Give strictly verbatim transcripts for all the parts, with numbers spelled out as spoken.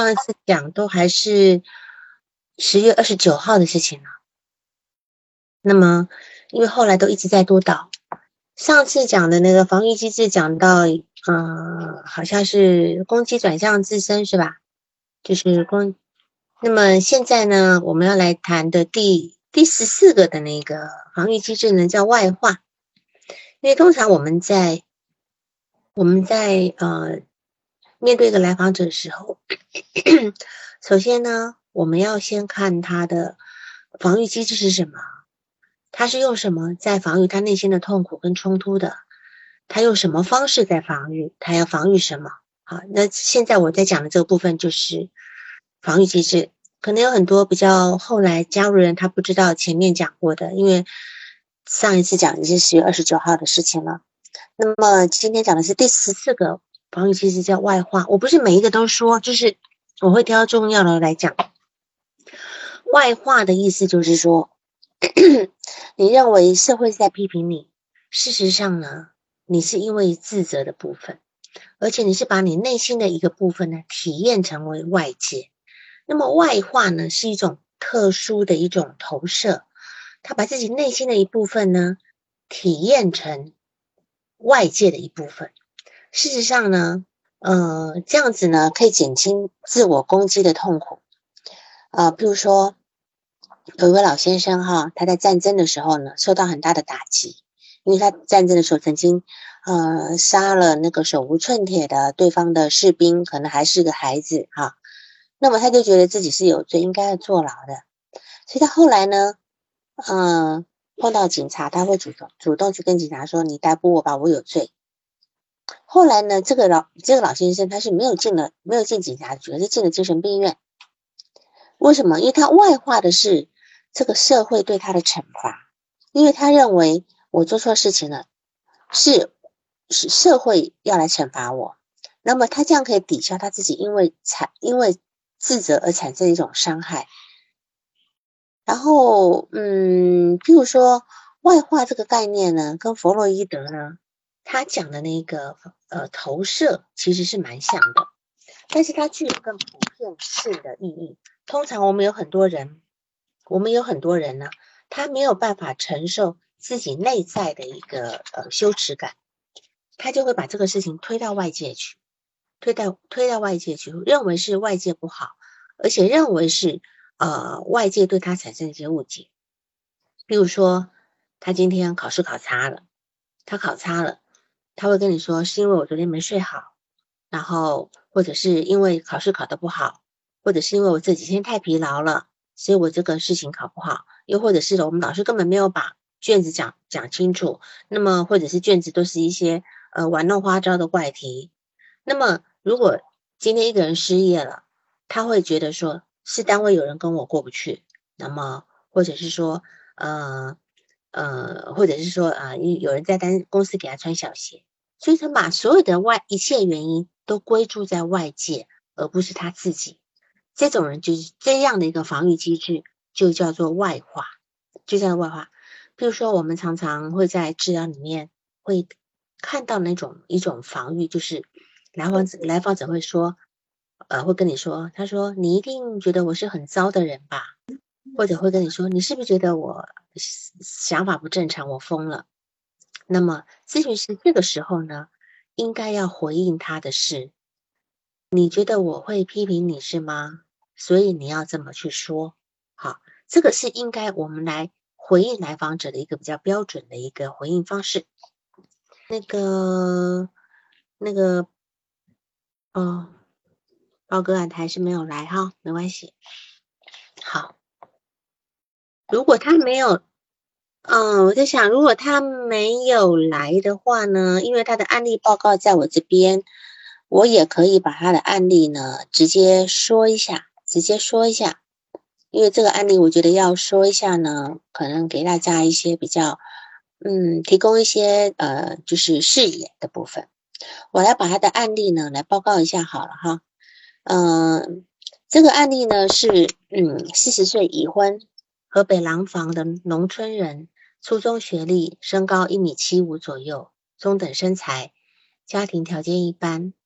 上一次讲都还是十月二十九号的事情了。那么，因为后来都一直在督导，上次讲的那个防御机制讲到，呃，好像是攻击转向自身是吧？就是攻。那么现在呢，我们要来谈的第第十四个的那个防御机制呢，叫外化。因为通常我们在我们在呃面对一个来访者的时候，首先呢，我们要先看他的防御机制是什么，他是用什么在防御他内心的痛苦跟冲突的，他用什么方式在防御，他要防御什么。好，那现在我在讲的这个部分就是防御机制。可能有很多比较后来加入人他不知道前面讲过的，因为上一次讲的是十月二十九号的事情了。那么今天讲的是第十四个防御机制，叫外化。我不是每一个都说，就是我会挑重要的来讲。外化的意思就是说你认为社会在批评你，事实上呢，你是因为自责的部分，而且你是把你内心的一个部分呢体验成为外界。那么外化呢是一种特殊的一种投射，他把自己内心的一部分呢体验成外界的一部分。事实上呢，呃，这样子呢可以减轻自我攻击的痛苦。呃，比如说有一位老先生哈，他在战争的时候呢受到很大的打击，因为他战争的时候曾经呃杀了那个手无寸铁的对方的士兵，可能还是个孩子哈。那么他就觉得自己是有罪，应该要坐牢的。所以他后来呢，嗯、呃，碰到警察，他会主动主动去跟警察说：“你逮捕我吧，我有罪。”后来呢，这个老这个老先生他是没有进了没有进警察局，而是进了精神病院。为什么？因为他外化的是这个社会对他的惩罚，因为他认为我做错事情了，是是社会要来惩罚我。那么他这样可以抵消他自己因为产因为自责而产生的一种伤害。然后，嗯，譬如说外化这个概念呢，跟弗洛伊德呢，他讲的那个呃投射其实是蛮像的，但是它具有更普遍性的意义。通常我们有很多人，我们有很多人呢，他没有办法承受自己内在的一个呃羞耻感，他就会把这个事情推到外界去。推到推到外界去，认为是外界不好，而且认为是呃外界对他产生一些误解。比如说，他今天考试考差了，他考差了，他会跟你说是因为我昨天没睡好，然后或者是因为考试考得不好，或者是因为我这几天太疲劳了，所以我这个事情考不好，又或者是我们老师根本没有把卷子讲讲清楚，那么或者是卷子都是一些呃玩弄花招的怪题。那么如果今天一个人失业了，他会觉得说是单位有人跟我过不去，那么或者是说呃呃，或者是说啊、呃，有人在单公司给他穿小鞋，所以他把所有的外一切原因都归注在外界，而不是他自己。这种人就是这样的一个防御机制，就叫做外化，就叫做外化。比如说，我们常常会在治疗里面会看到那种一种防御，就是来访者来访者会说，呃，会跟你说，他说你一定觉得我是很糟的人吧，或者会跟你说，你是不是觉得我想法不正常，我疯了？那么咨询师这个时候呢，应该要回应他的是，你觉得我会批评你是吗？所以你要这么去说。好，这个是应该我们来回应来访者的一个比较标准的一个回应方式。那个那个哦，报个案还是没有来哈，没关系。好，如果他没有，嗯，我在想，如果他没有来的话呢，因为他的案例报告在我这边，我也可以把他的案例呢直接说一下，直接说一下。因为这个案例我觉得要说一下呢，可能给大家一些比较，嗯，提供一些呃，就是视野的部分。我来把他的案例呢来报告一下好了哈。嗯，这个案例呢是嗯四十岁已婚，河北廊坊的农村人，初中学历，身高一米七五左右，中等身材，家庭条件一般。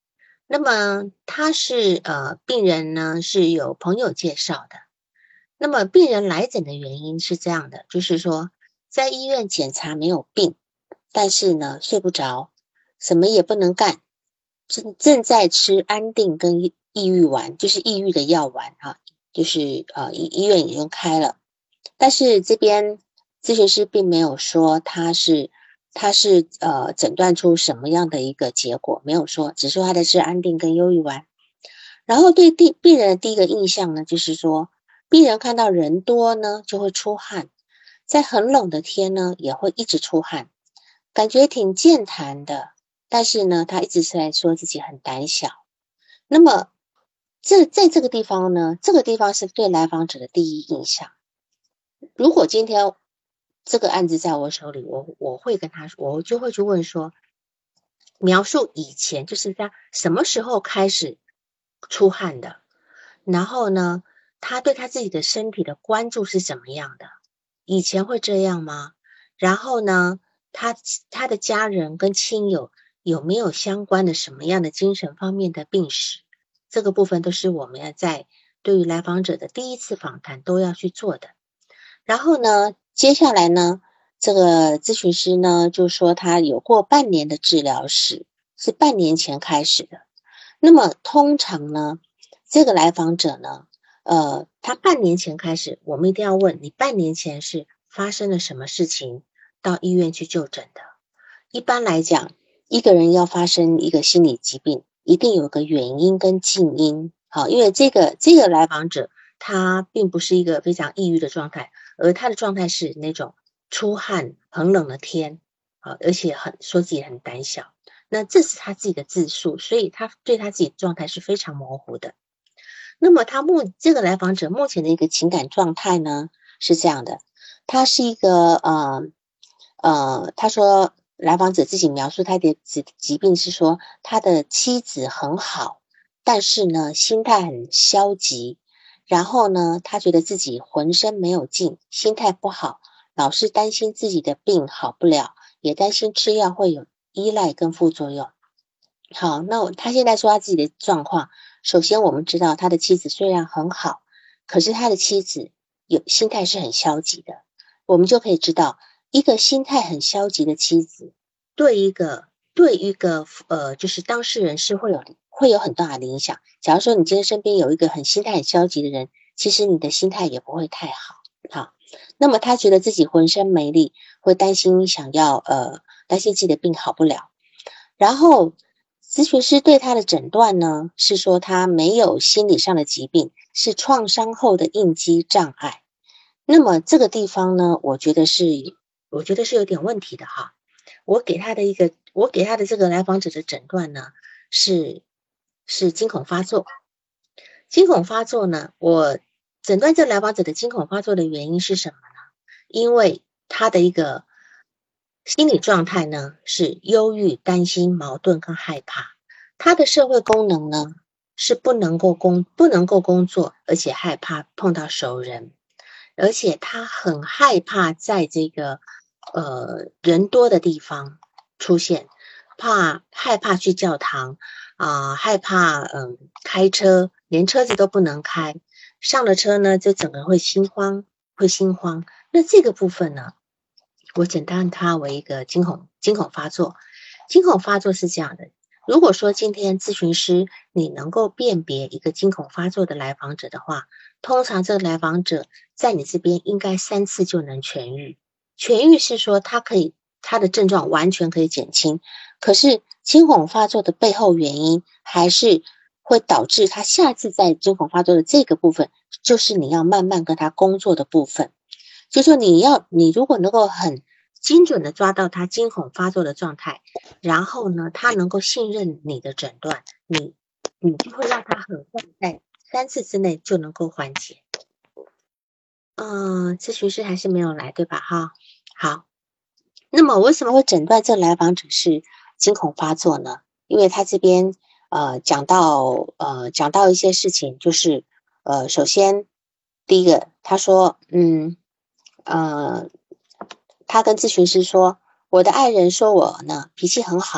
那么他是呃病人呢是有朋友介绍的。那么病人来诊的原因是这样的，就是说在医院检查没有病，但是呢睡不着，什么也不能干，正正在吃安定跟抑郁丸，就是抑郁的药丸啊，就是呃医医院已经开了，但是这边咨询师并没有说他是他是呃诊断出什么样的一个结果，没有说，只说他在吃安定跟忧郁丸。然后对病病人的第一个印象呢，就是说病人看到人多呢就会出汗，在很冷的天呢也会一直出汗，感觉挺健谈的，但是呢他一直是在说自己很胆小。那么这在这个地方呢，这个地方是对来访者的第一印象。如果今天这个案子在我手里，我我会跟他，我就会去问说，描述以前就是他什么时候开始出汗的，然后呢，他对他自己的身体的关注是怎么样的？以前会这样吗？然后呢，他他的家人跟亲友有没有相关的什么样的精神方面的病史？这个部分都是我们要在对于来访者的第一次访谈都要去做的。然后呢，接下来呢，这个咨询师呢就说他有过半年的治疗史，是半年前开始的。那么通常呢，这个来访者呢，呃，他半年前开始，我们一定要问你半年前是发生了什么事情到医院去就诊的。一般来讲，一个人要发生一个心理疾病，一定有个原因跟近因。好，因为这个这个来访者他并不是一个非常抑郁的状态，而他的状态是那种出汗、很冷的天，啊，而且很说自己很胆小。那这是他自己的自述，所以他对他自己的状态是非常模糊的。那么他目这个来访者目前的一个情感状态呢是这样的，他是一个呃呃，他说来访者自己描述他的疾疾病是说他的妻子很好，但是呢心态很消极，然后呢他觉得自己浑身没有劲，心态不好，老是担心自己的病好不了，也担心吃药会有依赖跟副作用。好，那他现在说他自己的状况，首先我们知道他的妻子虽然很好，可是他的妻子有心态是很消极的，我们就可以知道一个心态很消极的妻子对一个对一个呃就是当事人是会有会有很大的影响。假如说你今天身边有一个很心态很消极的人，其实你的心态也不会太好。好，那么他觉得自己浑身没力，会担心想要呃担心自己的病好不了，然后咨询师对他的诊断呢，是说他没有心理上的疾病，是创伤后的应激障碍。那么这个地方呢，我觉得是，我觉得是有点问题的哈。我给他的一个，我给他的这个来访者的诊断呢，是是惊恐发作。惊恐发作呢，我诊断这来访者的惊恐发作的原因是什么呢？因为他的一个心理状态呢是忧郁、担心、矛盾跟害怕。他的社会功能呢是不能够工不能够工作，而且害怕碰到熟人，而且他很害怕在这个呃人多的地方出现，怕害怕去教堂啊、呃，害怕嗯、呃、开车，连车子都不能开，上了车呢就整个会心慌，会心慌。那这个部分呢？我诊断它为一个惊恐惊恐发作。惊恐发作是这样的，如果说今天咨询师你能够辨别一个惊恐发作的来访者的话，通常这个来访者在你这边应该三次就能痊愈。痊愈是说他可以他的症状完全可以减轻，可是惊恐发作的背后原因还是会导致他下次在惊恐发作的这个部分，就是你要慢慢跟他工作的部分。就说你要，你如果能够很精准的抓到他惊恐发作的状态，然后呢，他能够信任你的诊断，你你就会让他很快在三次之内就能够缓解。嗯，咨询师还是没有来，对吧？哈，好。那么为什么会诊断这来访者是惊恐发作呢？因为他这边呃讲到呃讲到一些事情，就是呃首先第一个他说嗯。呃，他跟咨询师说，我的爱人说我呢脾气很好，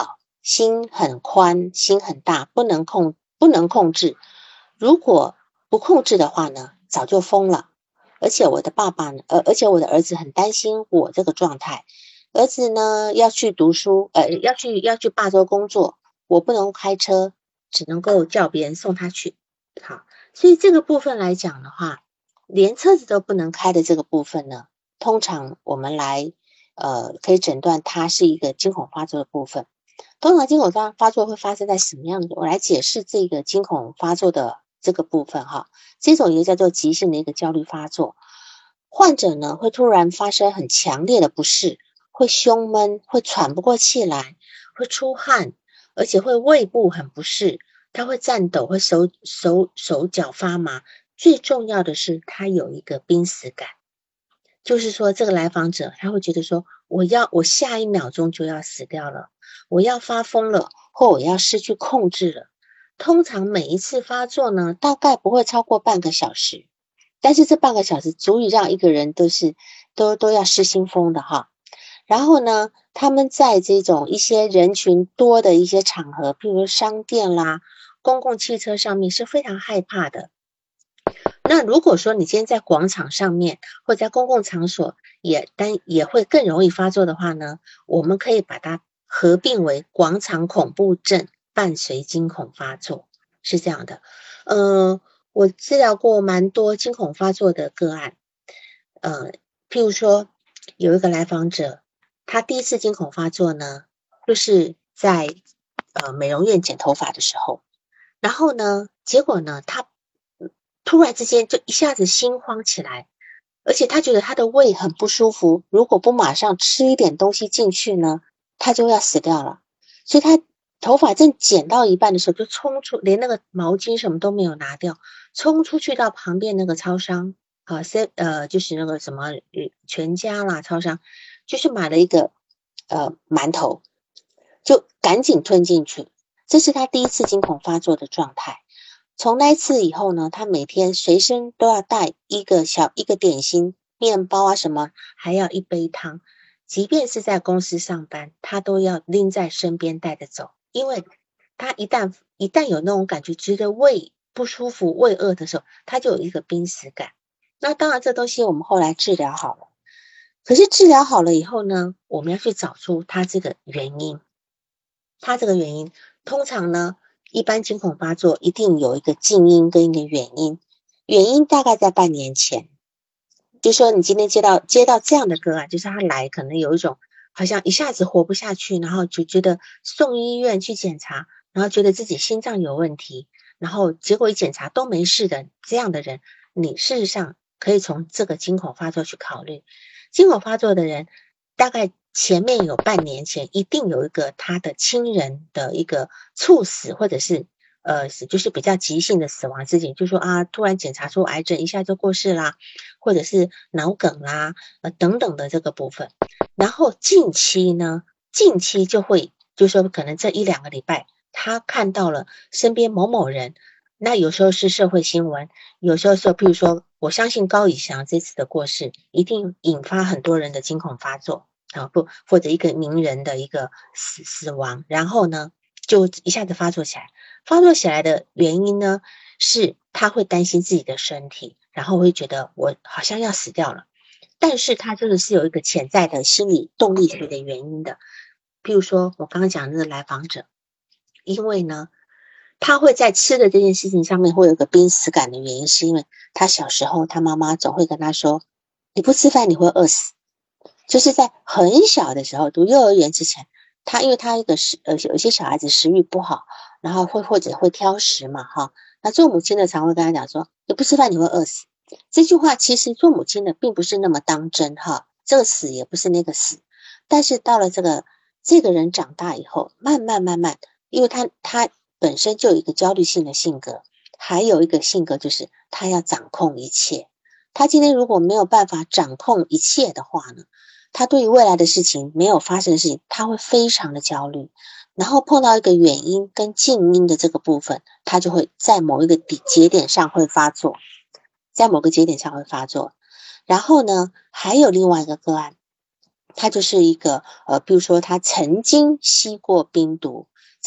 心很宽，心很大，不能控不能控制。如果不控制的话呢，早就疯了。而且我的爸爸呢，呃，而且我的儿子很担心我这个状态。儿子呢要去读书，呃，要去要去霸州工作，我不能开车，只能够叫别人送他去。好，所以这个部分来讲的话，连车子都不能开的这个部分呢，通常我们来呃可以诊断它是一个惊恐发作的部分。通常惊恐发发作会发生在什么样的？我来解释这个惊恐发作的这个部分哈。这种也叫做急性的一个焦虑发作。患者呢会突然发生很强烈的不适，会胸闷，会喘不过气来，会出汗，而且会胃部很不适，他会颤抖，会手手手脚发麻。最重要的是他有一个濒死感，就是说这个来访者他会觉得说，我要我下一秒钟就要死掉了，我要发疯了，或我要失去控制了。通常每一次发作呢，大概不会超过半个小时，但是这半个小时足以让一个人都是都都要失心疯的哈。然后呢，他们在这种一些人群多的一些场合，譬如商店啦、公共汽车上面是非常害怕的。那如果说你今天在广场上面或在公共场所也单也会更容易发作的话呢，我们可以把它合并为广场恐怖症伴随惊恐发作，是这样的。呃，我治疗过蛮多惊恐发作的个案，呃，譬如说有一个来访者，他第一次惊恐发作呢，就是在呃美容院剪头发的时候，然后呢，结果呢，他突然之间就一下子心慌起来，而且他觉得他的胃很不舒服，如果不马上吃一点东西进去呢，他就要死掉了。所以他头发正剪到一半的时候，就冲出，连那个毛巾什么都没有拿掉，冲出去到旁边那个超商，啊，呃呃，就是那个什么全家啦，超商，就是买了一个呃馒头，就赶紧吞进去。这是他第一次惊恐发作的状态。从那一次以后呢，他每天随身都要带一个小一个点心、面包啊什么，还要一杯汤。即便是在公司上班，他都要拎在身边带着走，因为他一旦一旦有那种感觉，觉得胃不舒服、胃饿的时候，他就有一个濒死感。那当然，这东西我们后来治疗好了。可是治疗好了以后呢，我们要去找出他这个原因。他这个原因，通常呢，一般惊恐发作一定有一个近因跟一个原因。原因大概在半年前，就说你今天接到接到这样的个案，就是他来可能有一种好像一下子活不下去，然后就觉得送医院去检查，然后觉得自己心脏有问题，然后结果一检查都没事的这样的人，你事实上可以从这个惊恐发作去考虑。惊恐发作的人大概前面有半年前一定有一个他的亲人的一个猝死，或者是呃就是比较急性的死亡事情，就说啊突然检查出癌症一下就过世啦，或者是脑梗啦呃等等的这个部分。然后近期呢，近期就会就说可能这一两个礼拜他看到了身边某某人，那有时候是社会新闻，有时候是譬如说我相信高以翔这次的过世一定引发很多人的惊恐发作啊，不，或者一个名人的一个死死亡，然后呢就一下子发作起来。发作起来的原因呢，是他会担心自己的身体，然后会觉得我好像要死掉了。但是他这个是有一个潜在的心理动力学的原因的。譬如说我刚刚讲的那个来访者，因为呢他会在吃的这件事情上面会有个濒死感的原因，是因为他小时候他妈妈总会跟他说，你不吃饭你会饿死。就是在很小的时候读幼儿园之前，他因为他一个食呃有一些小孩子食欲不好，然后会或者会挑食嘛哈，那做母亲的常会跟他讲说，你不吃饭你会饿死。这句话其实做母亲的并不是那么当真哈，这个死也不是那个死。但是到了这个这个人长大以后，慢慢慢慢，因为他他本身就有一个焦虑性的性格，还有一个性格就是他要掌控一切。他今天如果没有办法掌控一切的话呢，他对于未来的事情没有发生的事情，他会非常的焦虑。然后碰到一个原因跟近因的这个部分，他就会在某一个底节点上会发作，在某个节点上会发作。然后呢，还有另外一个个案，他就是一个呃，比如说他曾经吸过冰毒，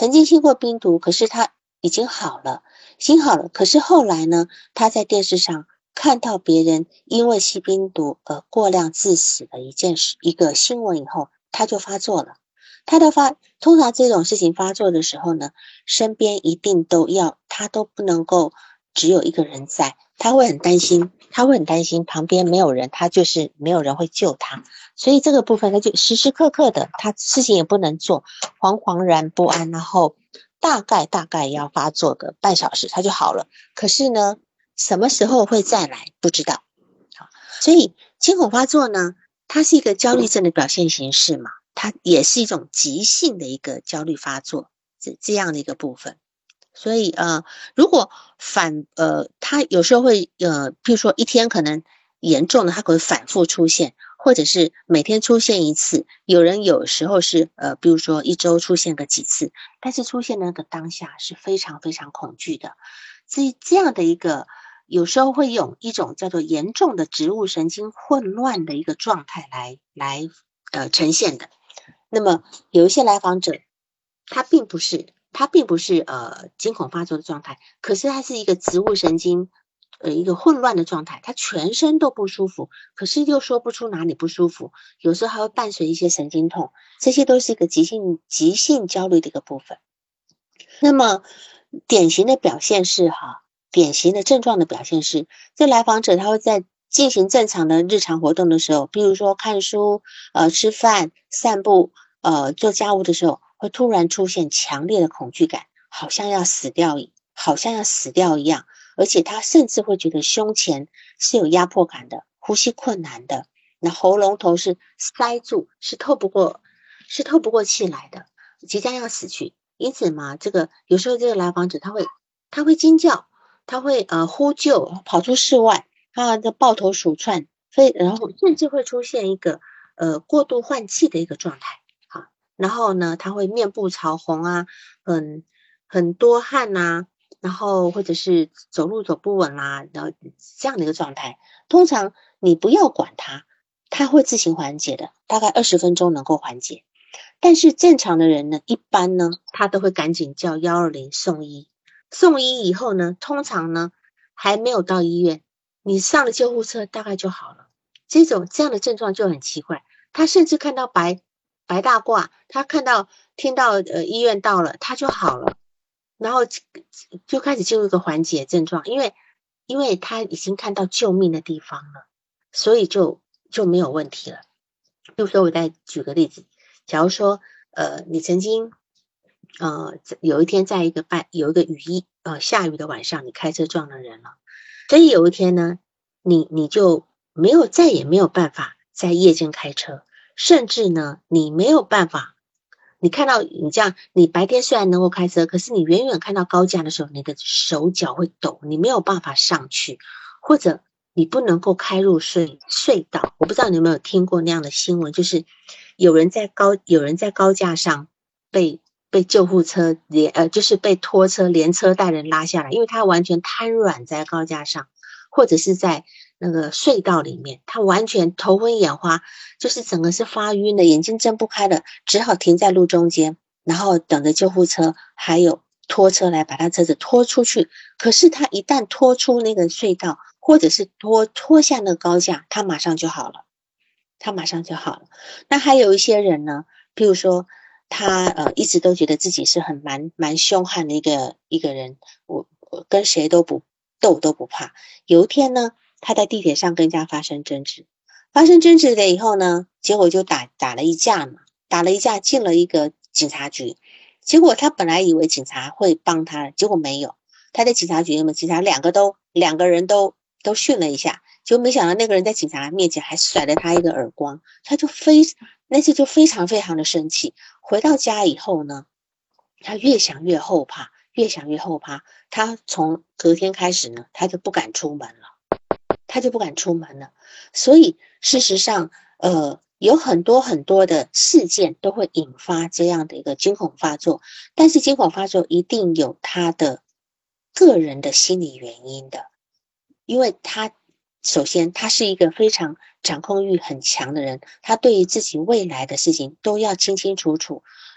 曾经吸过冰毒，可是他已经好了，已经好了。可是后来呢，他在电视上看到别人因为吸冰毒而过量致死的一件事，一个新闻以后，他就发作了。他的发，通常这种事情发作的时候呢，身边一定都要，他都不能够只有一个人在，他会很担心，他会很担心旁边没有人，他就是没有人会救他，所以这个部分他就时时刻刻的，他事情也不能做，惶惶然不安，然后大概大概要发作个半小时他就好了，可是呢，什么时候会再来不知道。好，所以惊恐发作呢，它是一个焦虑症的表现形式嘛，它也是一种急性的一个焦虑发作，这这样的一个部分。所以呃，如果反呃，他有时候会呃，譬如说一天可能严重的，他可能反复出现，或者是每天出现一次。有人有时候是呃，比如说一周出现个几次，但是出现那个当下是非常非常恐惧的。这这样的一个有时候会有一种叫做严重的植物神经混乱的一个状态来来呃呈现的。那么有一些来访者，他并不是。它并不是呃惊恐发作的状态，可是它是一个植物神经呃一个混乱的状态，它全身都不舒服，可是又说不出哪里不舒服，有时候还会伴随一些神经痛，这些都是一个急性急性焦虑的一个部分。那么典型的表现是哈，典型的症状的表现是，这来访者他会在进行正常的日常活动的时候，比如说看书、呃吃饭、散步、呃做家务的时候，会突然出现强烈的恐惧感，好像要死掉一，好像要死掉一样，而且他甚至会觉得胸前是有压迫感的，呼吸困难的，那喉咙头是塞住，是透不过，是透不过气来的，即将要死去。因此嘛，这个有时候这个来访者他会他会惊叫，他会呃呼救，跑出室外，他的抱头鼠窜，非然后甚至会出现一个呃过度换气的一个状态。好，然后呢，他会面部潮红啊，很很多汗呐、啊，然后或者是走路走不稳啦、啊，然后这样的一个状态。通常你不要管他，他会自行缓解的，大概二十分钟能够缓解。但是正常的人呢，一般呢，他都会赶紧叫一二零送医。送医以后呢，通常呢还没有到医院，你上了救护车大概就好了。这种这样的症状就很奇怪，他甚至看到白白大褂，他看到听到呃医院到了，他就好了，然后就开始进入一个缓解症状，因为因为他已经看到救命的地方了，所以就就没有问题了。比如说，我再举个例子。假如说，呃，你曾经，呃，有一天在一个半有一个雨衣呃下雨的晚上，你开车撞了人了，所以有一天呢，你你就没有再也没有办法在夜间开车，甚至呢，你没有办法，你看到你这样，你白天虽然能够开车，可是你远远看到高架的时候，你的手脚会抖，你没有办法上去，或者你不能够开入隧隧道。我不知道你有没有听过那样的新闻，就是有人在高有人在高架上被被救护车连呃就是被拖车连车带人拉下来，因为他完全瘫软在高架上，或者是在那个隧道里面，他完全头昏眼花，就是整个是发晕的，眼睛睁不开的，只好停在路中间，然后等着救护车还有拖车来把他车子拖出去。可是他一旦拖出那个隧道，或者是拖拖下那个高架，他马上就好了，他马上就好了。那还有一些人呢，譬如说他呃一直都觉得自己是很蛮蛮凶悍的一个一个人，我我跟谁都不斗都不怕。有一天呢，他在地铁上跟人家发生争执，发生争执了以后呢，结果就打打了一架嘛，打了一架进了一个警察局。结果他本来以为警察会帮他，结果没有。他在警察局里面，警察两个都两个人都都训了一下，结果没想到那个人在警察面前还甩了他一个耳光，他就非那次就非常非常的生气。回到家以后呢，他越想越后怕，越想越后怕。他从隔天开始呢，他就不敢出门了，他就不敢出门了。所以事实上，呃，有很多很多的事件都会引发这样的一个惊恐发作，但是惊恐发作一定有他的个人的心理原因的，因为他首先他是一个非常掌控欲很强的人，他对于自己未来的事情都要清清楚楚，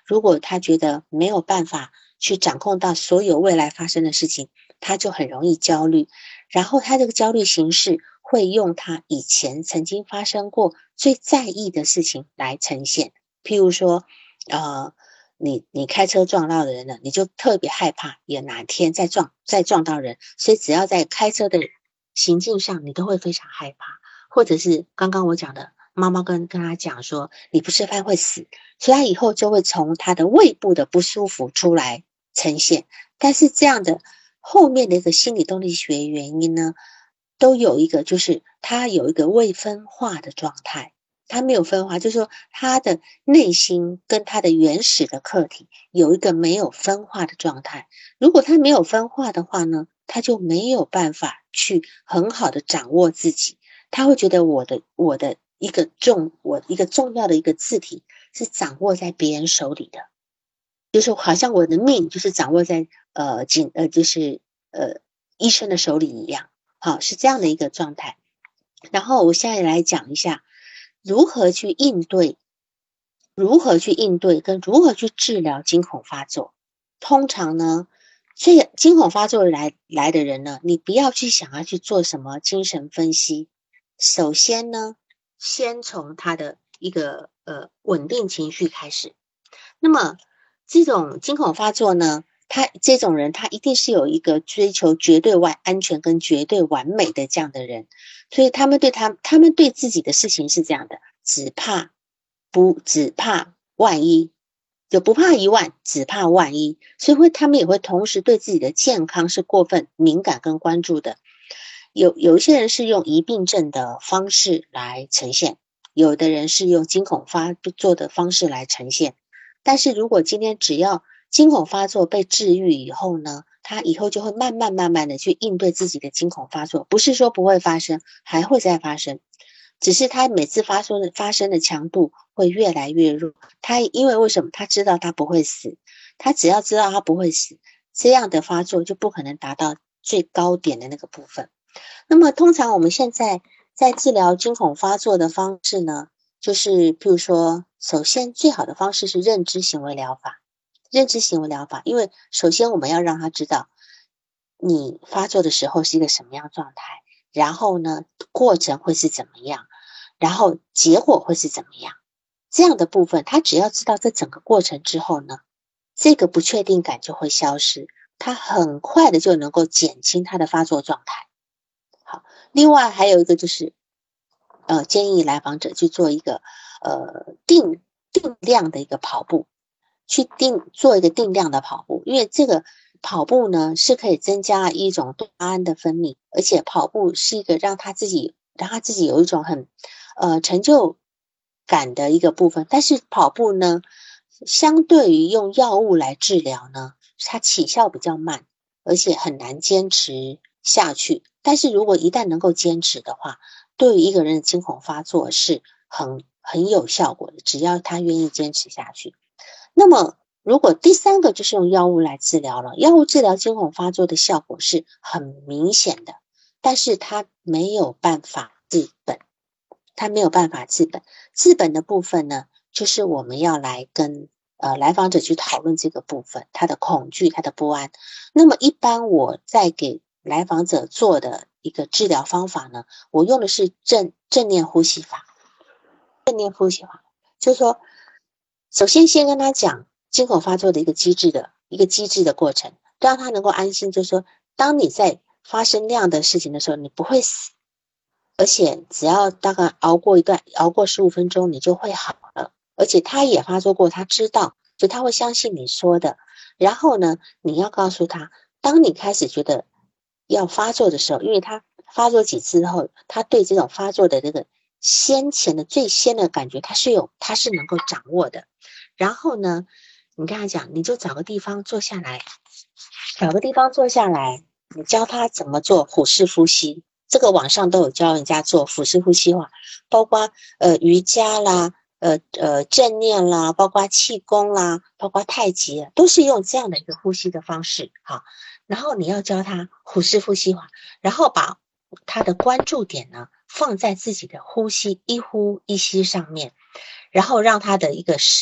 如果他觉得没有办法去掌控到所有未来发生的事情，他就很容易焦虑，然后他这个焦虑形式会用他以前曾经发生过最在意的事情来呈现。譬如说呃你你开车撞到人了，你就特别害怕也哪天再撞再撞到人，所以只要在开车的行径上你都会非常害怕。或者是刚刚我讲的，妈妈跟跟他讲说你不吃饭会死，所以他以后就会从他的胃部的不舒服出来呈现。但是这样的后面的一个心理动力学原因呢，都有一个，就是他有一个未分化的状态。他没有分化，就是说他的内心跟他的原始的课题有一个没有分化的状态。如果他没有分化的话呢，他就没有办法去很好的掌握自己。他会觉得我的我的一个重我一个重要的一个字体是掌握在别人手里的，就是好像我的命就是掌握在呃警呃就是呃医生的手里一样。好，是这样的一个状态。然后我现在来讲一下如何去应对如何去应对跟如何去治疗惊恐发作。通常呢，这惊恐发作来来的人呢，你不要去想要去做什么精神分析。首先呢，先从他的一个呃稳定情绪开始。那么这种惊恐发作呢，他这种人他一定是有一个追求绝对完安全跟绝对完美的这样的人，所以他们对他他们对自己的事情是这样的，只怕不只怕万一，就不怕一万，只怕万一。所以会他们也会同时对自己的健康是过分敏感跟关注的。有有一些人是用疑病症的方式来呈现，有的人是用惊恐发作的方式来呈现。但是如果今天只要惊恐发作被治愈以后呢，他以后就会慢慢慢慢的去应对自己的惊恐发作，不是说不会发生，还会再发生，只是他每次发生的发生的强度会越来越弱。他因为为什么？他知道他不会死，他只要知道他不会死，这样的发作就不可能达到最高点的那个部分。那么通常我们现在在治疗惊恐发作的方式呢，就是譬如说，首先最好的方式是认知行为疗法。认知行为疗法，因为首先我们要让他知道你发作的时候是一个什么样状态，然后呢过程会是怎么样，然后结果会是怎么样。这样的部分他只要知道这整个过程之后呢，这个不确定感就会消失，他很快的就能够减轻他的发作状态。好，另外还有一个就是呃，建议来访者去做一个呃定定量的一个跑步，去定做一个定量的跑步。因为这个跑步呢是可以增加一种多巴胺的分泌，而且跑步是一个让他自己让他自己有一种很呃成就感的一个部分。但是跑步呢，相对于用药物来治疗呢，它起效比较慢，而且很难坚持下去。但是如果一旦能够坚持的话，对于一个人的惊恐发作是很很有效果的，只要他愿意坚持下去。那么如果第三个就是用药物来治疗了，药物治疗惊恐发作的效果是很明显的，但是它没有办法治本，它没有办法治本。治本的部分呢，就是我们要来跟呃来访者去讨论这个部分，他的恐惧，他的不安。那么一般我在给来访者做的一个治疗方法呢，我用的是正正念呼吸法。正念呼吸法就是说，首先先跟他讲惊恐发作的一个机制的一个机制的过程，让他能够安心，就是说当你在发生那样的事情的时候，你不会死，而且只要大概熬过一段熬过十五分钟你就会好了。而且他也发作过，他知道，所以他会相信你说的。然后呢，你要告诉他，当你开始觉得要发作的时候，因为他发作几次后，他对这种发作的这个先前的最先的感觉他是有他是能够掌握的。然后呢，你跟他讲，你就找个地方坐下来，找个地方坐下来，你教他怎么做腹式呼吸。这个网上都有教人家做腹式呼吸法，包括呃瑜伽啦，呃呃正念啦，包括气功啦，包括太极，都是用这样的一个呼吸的方式。好，然后你要教他腹式呼吸法，然后把他的关注点呢放在自己的呼吸一呼一吸上面，然后让他的一个视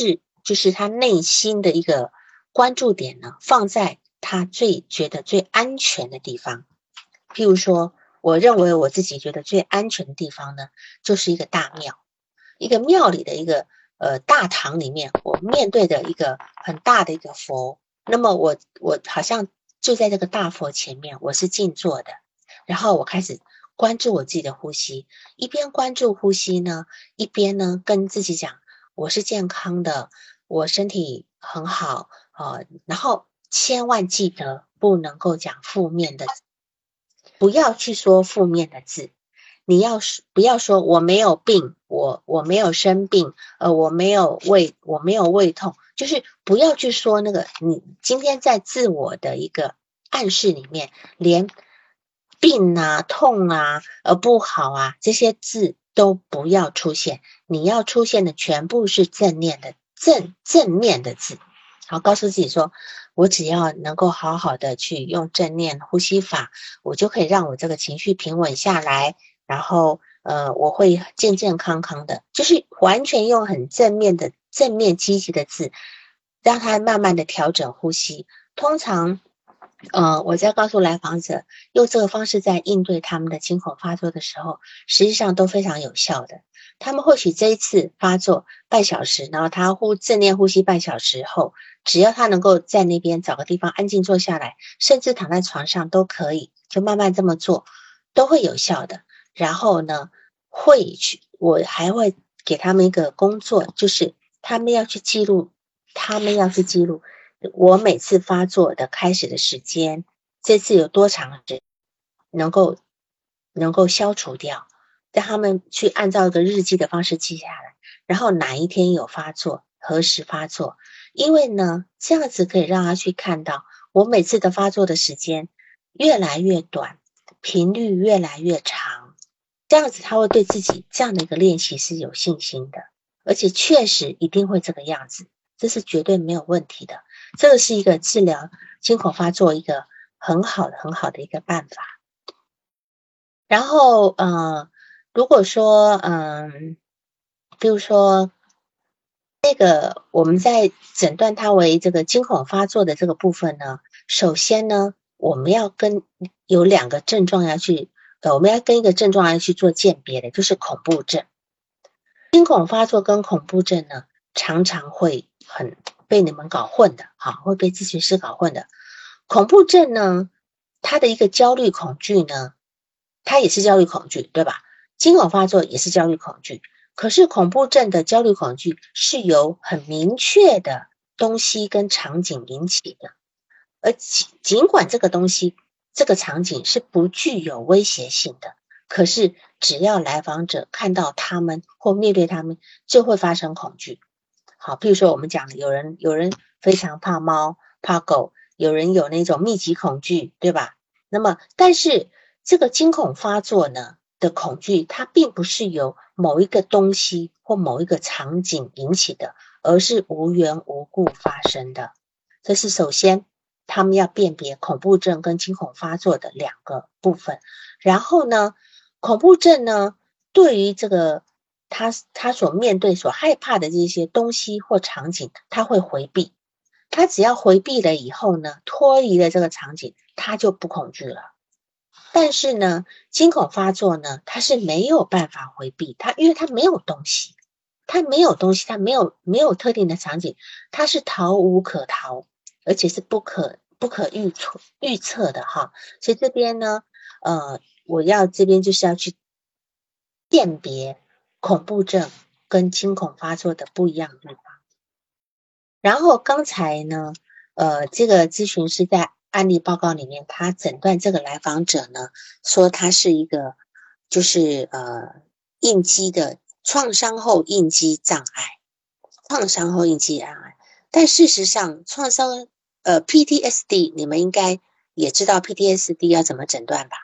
就是他内心的一个关注点呢，放在他最觉得最安全的地方。譬如说，我认为我自己觉得最安全的地方呢，就是一个大庙，一个庙里的一个呃大堂里面，我面对的一个很大的一个佛，那么我我好像就在这个大佛前面，我是静坐的，然后我开始关注我自己的呼吸，一边关注呼吸呢，一边呢跟自己讲，我是健康的，我身体很好啊、呃，然后千万记得不能够讲负面的，不要去说负面的字。你要不要说我没有病，我我没有生病，呃，我没有胃，我没有胃痛，就是不要去说那个。你今天在自我的一个暗示里面，连病啊、痛啊、呃不好啊这些字都不要出现。你要出现的全部是正念的正正面的字。好，告诉自己说，我只要能够好好的去用正念呼吸法，我就可以让我这个情绪平稳下来。然后呃，我会健健康康的，就是完全用很正面的正面积极的字，让他慢慢的调整呼吸。通常呃，我在告诉来访者用这个方式在应对他们的惊恐发作的时候，实际上都非常有效的。他们或许这一次发作半小时，然后他呼正念呼吸半小时后，只要他能够在那边找个地方安静坐下来，甚至躺在床上都可以，就慢慢这么做，都会有效的。然后呢，会去，我还会给他们一个工作，就是他们要去记录，他们要去记录我每次发作的开始的时间，这次有多长时间能够能够消除掉，让他们去按照一个日记的方式记下来，然后哪一天有发作，何时发作，因为呢，这样子可以让他去看到我每次的发作的时间越来越短，频率越来越长。这样子他会对自己这样的一个练习是有信心的，而且确实一定会这个样子，这是绝对没有问题的。这个是一个治疗惊恐发作一个很好的很好的一个办法。然后呃，如果说嗯，比如说这个我们在诊断它为这个惊恐发作的这个部分呢，首先呢，我们要跟有两个症状要去呃，我们要跟一个症状要去做鉴别的，就是恐怖症。惊恐发作跟恐怖症呢，常常会很被你们搞混的，哈，会被咨询师搞混的。恐怖症呢，它的一个焦虑恐惧呢，它也是焦虑恐惧，对吧？惊恐发作也是焦虑恐惧，可是恐怖症的焦虑恐惧是由很明确的东西跟场景引起的，而尽管这个东西这个场景是不具有威胁性的，可是只要来访者看到他们或面对他们，就会发生恐惧。好，譬如说我们讲的，有人有人非常怕猫怕狗，有人有那种密集恐惧，对吧？那么但是这个惊恐发作呢的恐惧，它并不是由某一个东西或某一个场景引起的，而是无缘无故发生的。这是首先他们要辨别恐怖症跟惊恐发作的两个部分。然后呢，恐怖症呢，对于这个他他所面对所害怕的这些东西或场景，他会回避。他只要回避了以后呢，脱离了这个场景，他就不恐惧了。但是呢，惊恐发作呢，他是没有办法回避，他因为他没有东西，他没有东西，他没有没有特定的场景，他是逃无可逃，而且是不可不可预测预测的哈。所以这边呢，呃，我要这边就是要去辨别恐怖症跟惊恐发作的不一样的地方。然后刚才呢，呃，这个咨询师在案例报告里面，他诊断这个来访者呢，说他是一个就是呃应激的创伤后应激障碍，创伤后应激障碍。但事实上，创伤呃 P T S D 你们应该也知道 P T S D 要怎么诊断吧？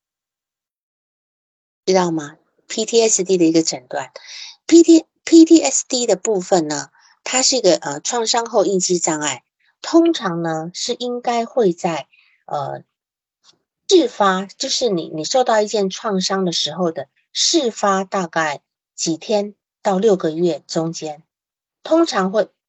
知道吗 ？P T S D 的一个诊断 ，P T P T S D 的部分呢，它是一个呃创伤后应激障碍，通常呢是应该会在呃事发，就是你你受到一件创伤的时候的事发大概几天到六个月中间，通常会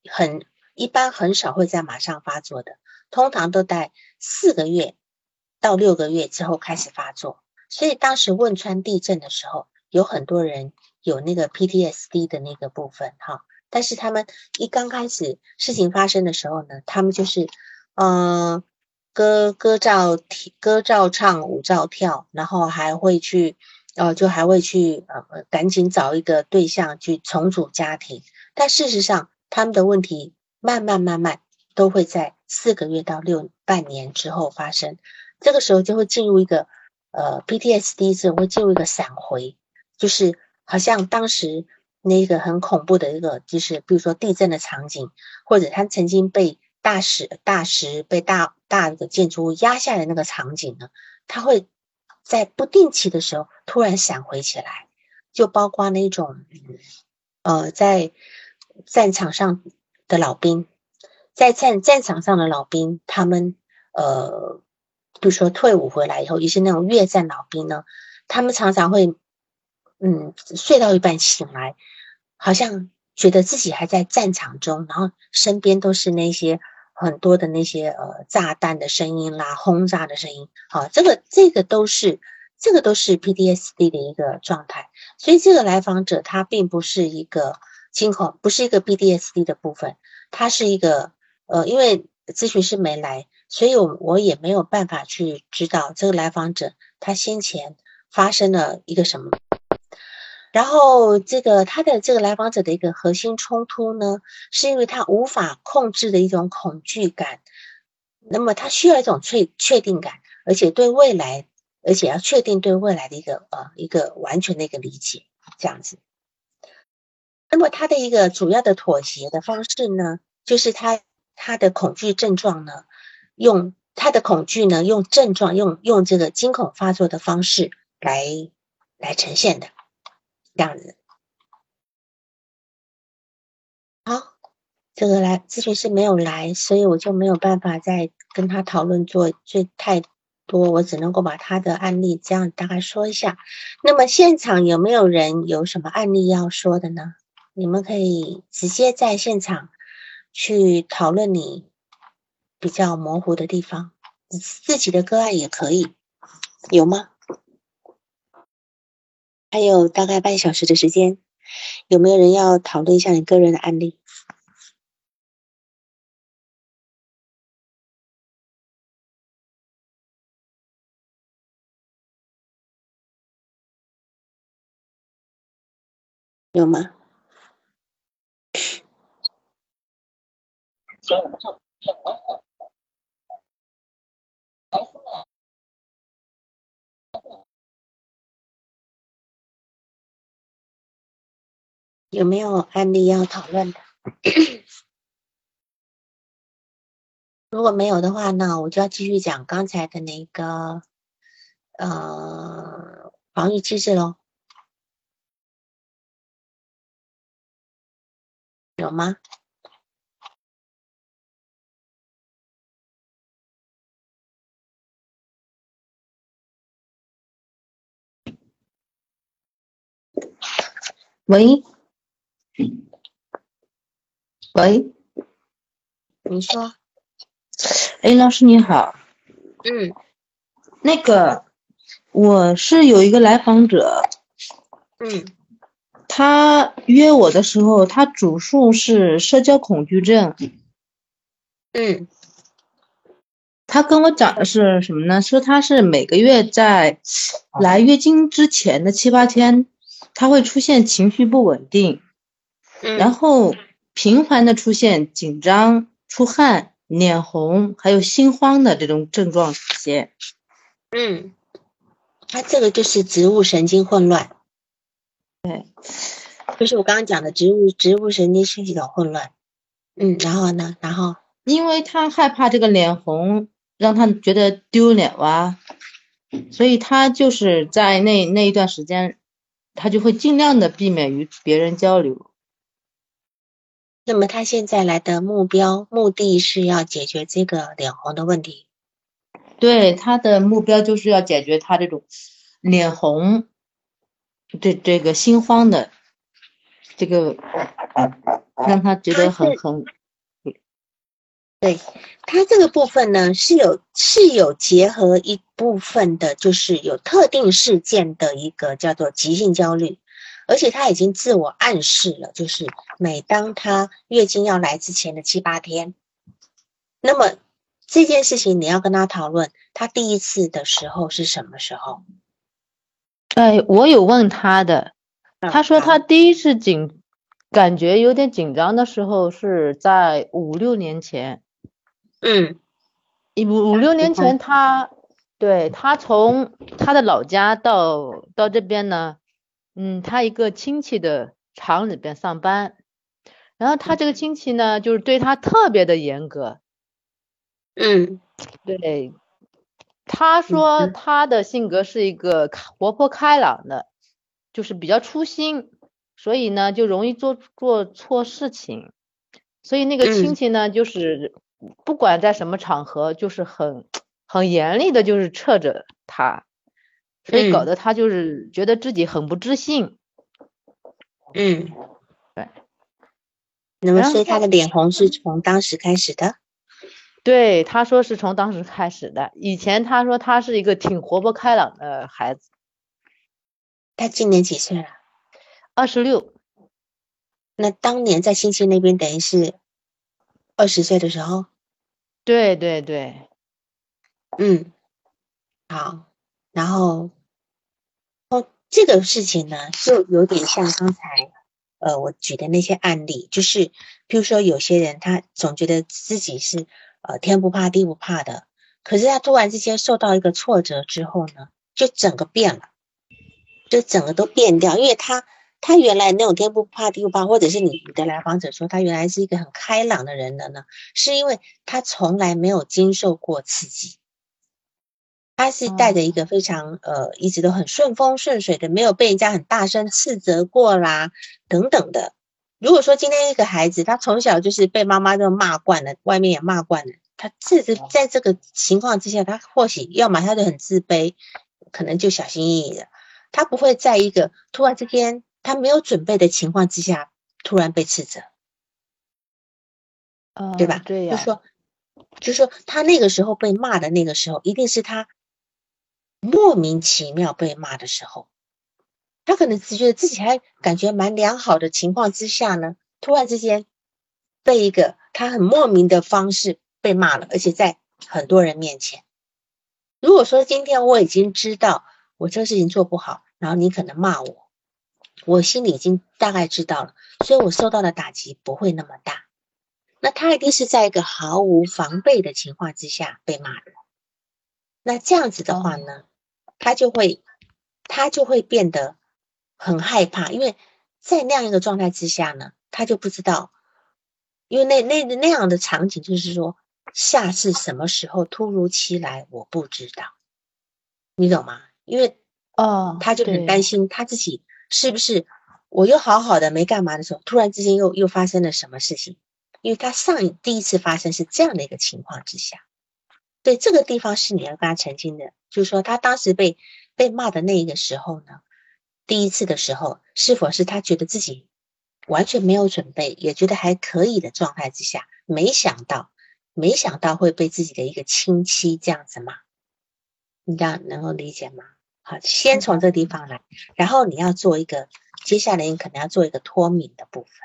很一般很少会在马上发作的，通常都在四个月到六个月之后开始发作。所以当时汶川地震的时候，有很多人有那个 P T S D 的那个部分哈，但是他们一刚开始事情发生的时候呢，他们就是呃歌歌照歌照唱，舞照跳，然后还会去呃就还会去呃赶紧找一个对象去重组家庭。但事实上他们的问题慢慢慢慢都会在四个月到六半年之后发生，这个时候就会进入一个呃 P T S D 是会进入一个闪回，就是好像当时那个很恐怖的一个，就是比如说地震的场景，或者他曾经被大石大石被大大的建筑物压下的那个场景呢，他会在不定期的时候突然闪回起来，就包括那种呃在战场上的老兵，在战战场上的老兵，他们呃比如说退伍回来以后，也是那种越战老兵呢，他们常常会嗯睡到一半醒来，好像觉得自己还在战场中，然后身边都是那些很多的那些呃炸弹的声音啦，轰炸的声音，好，这个这个都是这个都是 P T S D 的一个状态。所以这个来访者他并不是一个惊恐，不是一个 P T S D 的部分，他是一个呃，因为咨询师没来，所以我我也没有办法去知道这个来访者他先前发生了一个什么。然后这个他的这个来访者的一个核心冲突呢，是因为他无法控制的一种恐惧感，那么他需要一种确确定感，而且对未来，而且要确定对未来的一个呃一个完全的一个理解，这样子。那么他的一个主要的妥协的方式呢，就是他他的恐惧症状呢，用他的恐惧呢，用症状用用这个惊恐发作的方式来来呈现的，这样子。好，这个来咨询师没有来，所以我就没有办法再跟他讨论做最太多，我只能够把他的案例这样大概说一下。那么现场有没有人有什么案例要说的呢？你们可以直接在现场去讨论你比较模糊的地方，自己的个案也可以，有吗？还有大概半小时的时间，有没有人要讨论一下你个人的案例？有吗？有没有案例要讨论的？如果没有的话，那我就要继续讲刚才的那个呃防御机制咯，有吗？ 喂喂， 你说。 哎，老师你好。 嗯那个我是有一个来访者， 嗯他约我的时候，他主诉是社交恐惧症。 嗯他跟我讲的是什么呢？说他是每个月在来月经之前的七八天，他会出现情绪不稳定，然嗯后频繁的出现紧张、出汗、脸红，还有心慌的这种症状出现。 嗯，它这个就是植物神经混乱。 对， 就是我刚刚讲的植物植物神经系统混乱。嗯，然后呢？然后因为他害怕这个脸红让他觉得丢脸哇，所以他就是在那那一段时间，他就会尽量的避免与别人交流。 那么他现在来的目标目的是要解决这个脸红的问题。 对，他的目标就是要解决他这种脸红，这这个心慌的这个让他觉得很很。 对，它这个部分呢是有是有结合一部分的，就是有特定事件的一个叫做急性焦虑，而且他已经自我暗示了，就是每当他月经要来之前的七八天，那么这件事情你要跟他讨论，他第一次的时候是什么时候？ 哎，我有问他的，他说他第一次紧感觉有点紧张的时候是在五六年前。 嗯， 五五六年前他，对，他从他的老家到到这边呢，嗯，他一个亲戚的厂里边上班，然后他这个亲戚呢，就是对他特别的严格。 嗯， 对，他说他的性格是一个活泼开朗的，就是比较粗心，所以呢就容易做做错事情，所以那个亲戚呢，就是不管在什么场合，就是很很严厉的，就是斥责他，所以搞得他就是觉得自己很不自信。 嗯， 对。 那么所以他的脸红是从当时开始的？ 对，他说是从当时开始的。以前他说他是一个挺活泼开朗的孩子。 他今年几岁了？ 二十六。 那当年在亲戚那边等于是二十岁的时候？ 对对对。 嗯，好，然后哦，这个事情呢，就有点像刚才呃我举的那些案例，就是譬如说有些人他总觉得自己是呃天不怕地不怕的，可是他突然之间受到一个挫折之后呢，就整个变了，就整个都变掉，因为他他原来那种天不怕地不怕，或者是你的来访者说他原来是一个很开朗的人的呢，是因为他从来没有经受过刺激。他是带着一个非常呃一直都很顺风顺水的，没有被人家很大声斥责过啦等等的。如果说今天一个孩子他从小就是被妈妈就骂惯了，外面也骂惯了，他自己在这个情况之下，他或许要么他就很自卑，可能就小心翼翼的，他不会在一个突然之间他没有准备的情况之下突然被斥责，对吧？ 这样。 就说就说他那个时候被骂的那个时候，一定是他莫名其妙被骂的时候，他可能只觉得自己还感觉蛮良好的情况之下呢，突然之间被一个他很莫名的方式被骂了，而且在很多人面前。如果说今天我已经知道我这个事情做不好，然后你可能骂我，我心里已经大概知道了，所以我受到的打击不会那么大。那他一定是在一个毫无防备的情况之下被骂的。那这样子的话呢，他就会他就会变得很害怕，因为在那样一个状态之下呢，他就不知道，因为那那那样的场景就是说，下次什么时候突如其来，我不知道，你懂吗？因为哦， 他就很担心他自己是不是我又好好的没干嘛的时候，突然之间又又发生了什么事情，因为他上一第一次发生是这样的一个情况之下。对，这个地方是你要跟他澄清的，就是说他当时被被骂的那一个时候呢，第一次的时候，是否是他觉得自己完全没有准备，也觉得还可以的状态之下，没想到，没想到会被自己的一个亲戚这样子骂，你这样能够理解吗？好，先从这个地方来，然后你要做一个，接下来你可能要做一个脱敏的部分。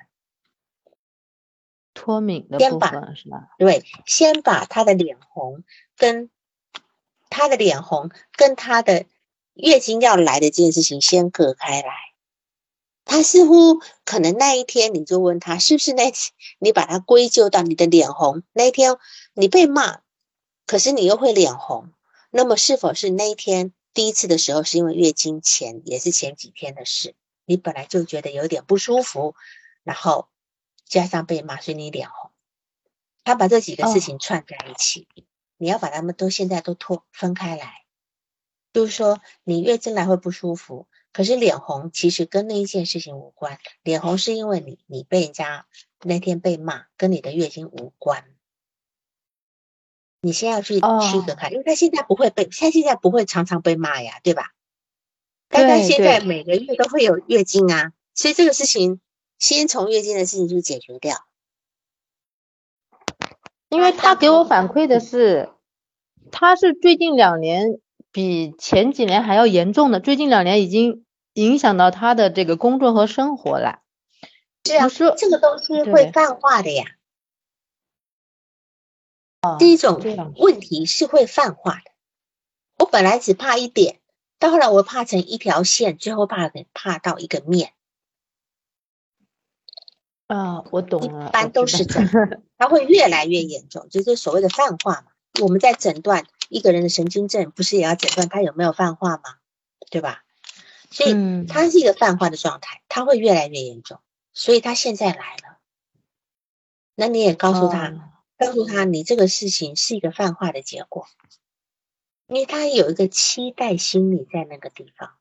脱敏的部分是吧？ 对，先把他的脸红跟他的脸红跟他的月经要来的这件事情先隔开来。他似乎可能那一天你就问他是不是那天你把它归咎到你的脸红，那一天你被骂，可是你又会脸红，那么是否是那一天第一次的时候是因为月经前，也是前几天的事，你本来就觉得有点不舒服，然后加上被骂，所以你脸红。他把这几个事情串在一起，哦，你要把他们都现在都脱分开来。就是说你月经来会不舒服，可是脸红其实跟那一件事情无关，脸红是因为你你被人家那天被骂，跟你的月经无关。你先要去区隔开，哦，因为他现在不会被，他现在不会常常被骂呀，对吧？但他现在每个月都会有月经啊，所以这个事情先从月经的事情去解决掉。 因为他给我反馈的是，他是最近两年比前几年还要严重的，最近两年已经影响到他的这个工作和生活了。 是啊，这个东西会泛化的呀。这种问题是会泛化的。我本来只怕一点，到后来我怕成一条线，最后怕怕到一个面。 啊，我懂了。 一般都是这样，它会越来越严重，就是所谓的泛化嘛。我们在诊断一个人的神经症，不是也要诊断他有没有泛化吗？对吧？所以它是一个泛化的状态，它会越来越严重。所以他现在来了，那你也告诉他，哦、告诉他你这个事情是一个泛化的结果，因为他有一个期待心理在那个地方。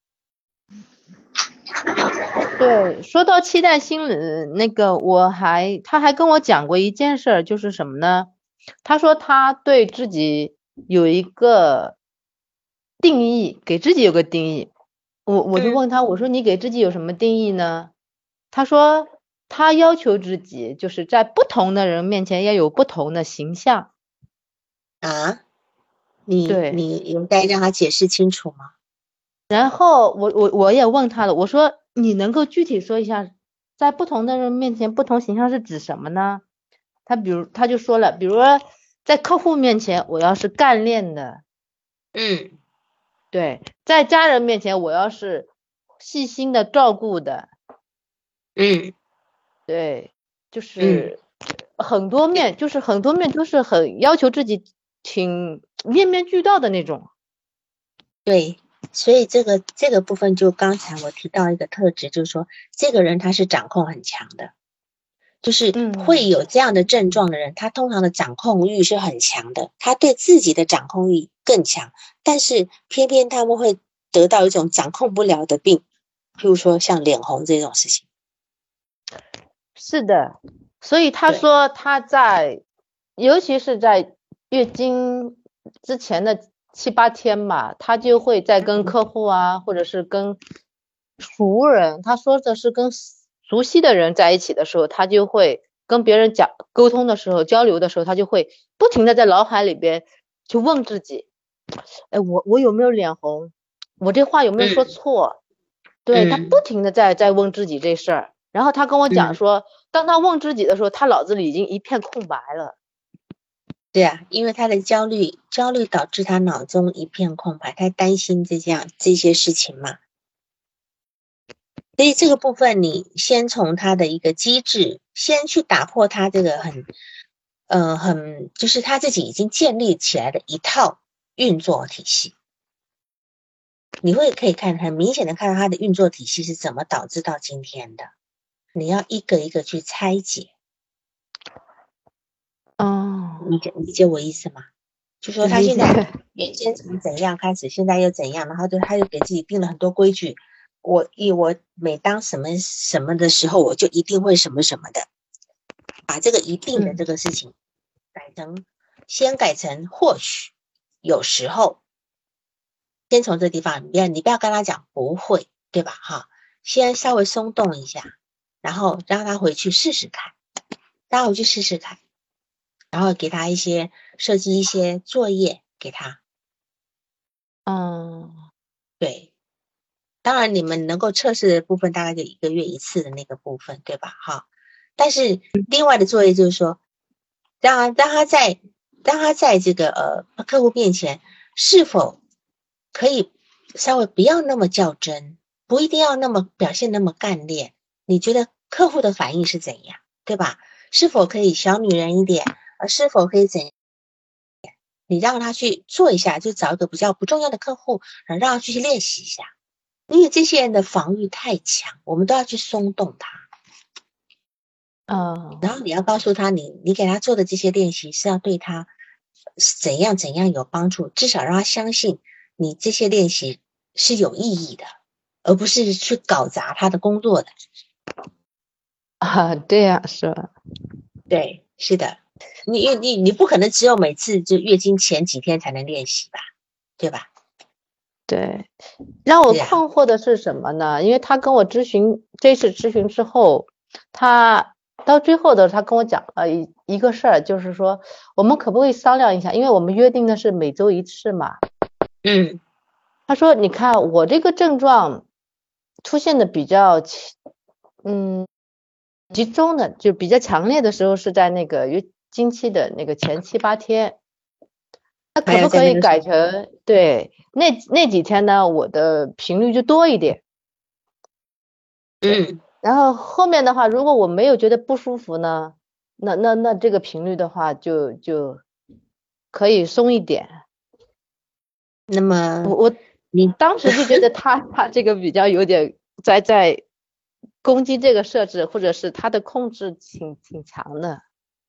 对，说到期待心理，那个我还他还跟我讲过一件事儿，就是什么呢？他说他对自己有一个定义，给自己有个定义。我我就问他，我说你给自己有什么定义呢？他说他要求自己就是在不同的人面前要有不同的形象。 啊？你你应该让他解释清楚吗？ 然后我我我也问他了，我说你能够具体说一下，在不同的人面前不同形象是指什么呢？他比如他就说了，比如说在客户面前我要是干练的， 嗯， 对，在家人面前我要是细心的照顾的， 嗯， 对，就是很多面，就是很多面都是很要求自己挺面面俱到的那种。 对。所以这个这个部分就刚才我提到一个特质，就是说这个人他是掌控很强的，就是会有这样的症状的人，他通常的掌控欲是很强的，他对自己的掌控欲更强，但是偏偏他们会得到一种掌控不了的病，譬如说像脸红这种事情。 是的，所以他说他在尤其是在月经之前的七八天吧，他就会在跟客户啊，或者是跟熟人，他说的是跟熟悉的人在一起的时候，他就会跟别人讲沟通的时候，交流的时候，他就会不停的在脑海里边去问自己，哎，我我有没有脸红？我这话有没有说错？嗯、对、嗯、他不停的在在问自己这事儿，然后他跟我讲说、嗯，当他问自己的时候，他脑子里已经一片空白了。 对啊，因为他的焦虑，焦虑导致他脑中一片空白，他担心这样这些事情嘛。所以这个部分，你先从他的一个机制，先去打破他这个很，呃，很就是他自己已经建立起来的一套运作体系。你会可以看很明显的看到他的运作体系是怎么导致到今天的，你要一个一个去拆解。 哦， 理解理解我意思吗？就说他现在原先从怎样开始，现在又怎样，然后就他就给自己定了很多规矩。我一我每当什么什么的时候，我就一定会什么什么的，把这个一定的这个事情改成，嗯、先改成或许，有时候，先从这地方，你不要你不要跟他讲不会，对吧？哈，先稍微松动一下，然后让他回去试试看，让他回去试试看。然后给他一些设计一些作业给他。 嗯， 对，当然你们能够测试的部分大概就一个月一次的那个部分，对吧？哈，但是另外的作业就是说，让让他在让他在这个呃客户面前是否可以稍微不要那么较真，不一定要那么表现那么干练。你觉得客户的反应是怎样，对吧？是否可以小女人一点？呃，是否可以怎样？你让他去做一下，就找一个比较不重要的客户，然后让他去练习一下。因为这些人的防御太强，我们都要去松动他。 嗯， 然后你要告诉他，你你给他做的这些练习是要对他怎样怎样有帮助，至少让他相信你这些练习是有意义的，而不是去搞砸他的工作的。 啊，这样是吧？ 对，是的。你你你不可能只有每次就月经前几天才能练习吧，对吧？ 对，让我困惑的是什么呢？因为他跟我咨询这次咨询之后， 他到最后的他跟我讲了一一个事儿，就是说我们可不可以商量一下，因为我们约定的是每周一次嘛。 嗯， 他说你看我这个症状出现的比较嗯集中的，就比较强烈的时候是在那个月经期的那个前七八天，那可不可以改成对那那几天呢？我的频率就多一点。 嗯， 然后后面的话，如果我没有觉得不舒服呢，那那那这个频率的话就就可以松一点。 那么我我你当时就觉得他他这个比较有点在在攻击这个设置，或者是他的控制挺挺强的。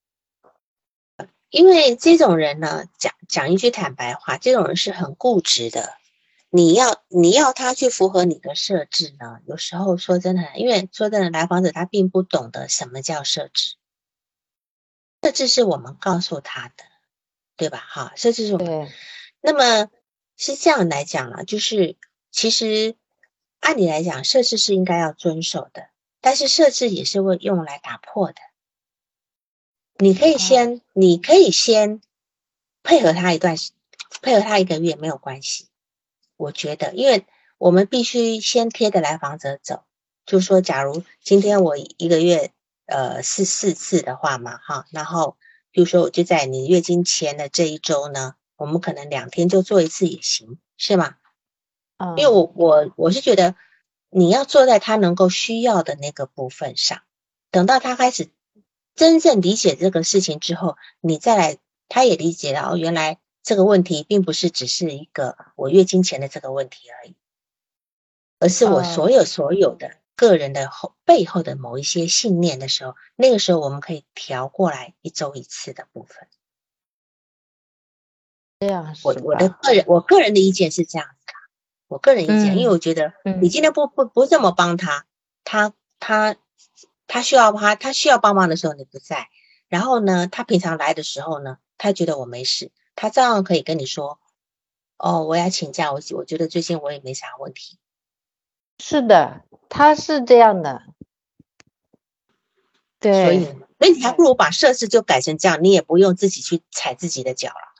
因为这种人呢，讲讲一句坦白话，这种人是很固执的。你要你要他去符合你的设置呢，有时候说真的，因为说真的，来访者他并不懂得什么叫设置，设置是我们告诉他的，对吧？哈，设置是我们。 对。 那么是这样来讲了，就是其实按理来讲，设置是应该要遵守的，但是设置也是会用来打破的。你可以先，你可以先配合他一段时，配合他一个月没有关系。我觉得，因为我们必须先贴着来访者走，就是说，假如今天我一个月呃是四次的话嘛，哈，然后比如说我就在你月经前的这一周呢，我们可能两天就做一次也行，是吗？ 嗯， 因为我我我是觉得你要做在他能够需要的那个部分上，等到他开始真正理解这个事情之后，你再来，他也理解到哦，原来这个问题并不是只是一个我月经前的这个问题而已，而是我所有所有的个人的后背后的某一些信念的时候，那个时候我们可以调过来一周一次的部分。 这样是我我的吧？ 个人我个人的意见是这样子的，我个人意见，因为嗯我觉得你嗯， 今天不不不这么帮他，他他他需要他他需要帮忙的时候你不在，然后呢，他平常来的时候呢，他觉得我没事，他照样可以跟你说，哦，我要请假，我我觉得最近我也没啥问题。 是的，他是这样的。 所以， 对。 那你还不如把设置就改成这样，你也不用自己去踩自己的脚了。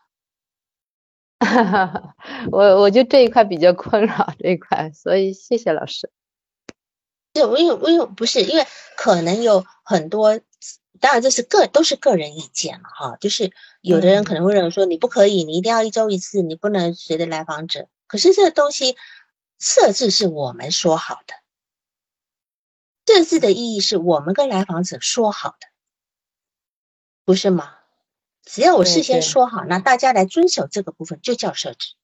我我就这一块比较困扰这一块，所以谢谢老师。 对，我有我有不是因为可能有很多，当然这是个都是个人意见了哈。就是有的人可能会认为说你不可以，你一定要一周一次，你不能随着来访者。可是这个东西设置是我们说好的，设置的意义是我们跟来访者说好的，不是吗？只要我事先说好，那大家来遵守这个部分就叫设置。